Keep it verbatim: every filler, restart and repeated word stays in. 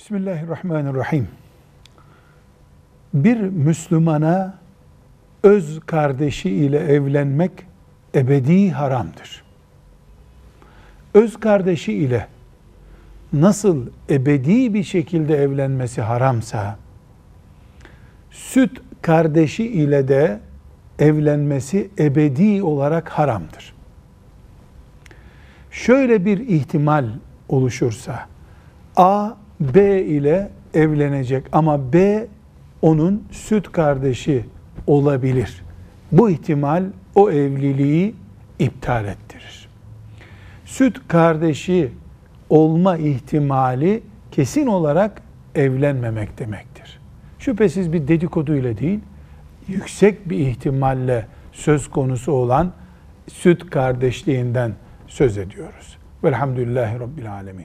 Bismillahirrahmanirrahim. Bir Müslümana öz kardeşi ile evlenmek ebedi haramdır. Öz kardeşi ile nasıl ebedi bir şekilde evlenmesi haramsa, süt kardeşi ile de evlenmesi ebedi olarak haramdır. Şöyle bir ihtimal oluşursa, A, B ile evlenecek ama B, onun süt kardeşi olabilir. Bu ihtimal o evliliği iptal ettirir. Süt kardeşi olma ihtimali kesin olarak evlenmemek demektir. Şüphesiz bir dedikoduyla değil, yüksek bir ihtimalle söz konusu olan süt kardeşliğinden söz ediyoruz. Velhamdülillahi Rabbil Alemin.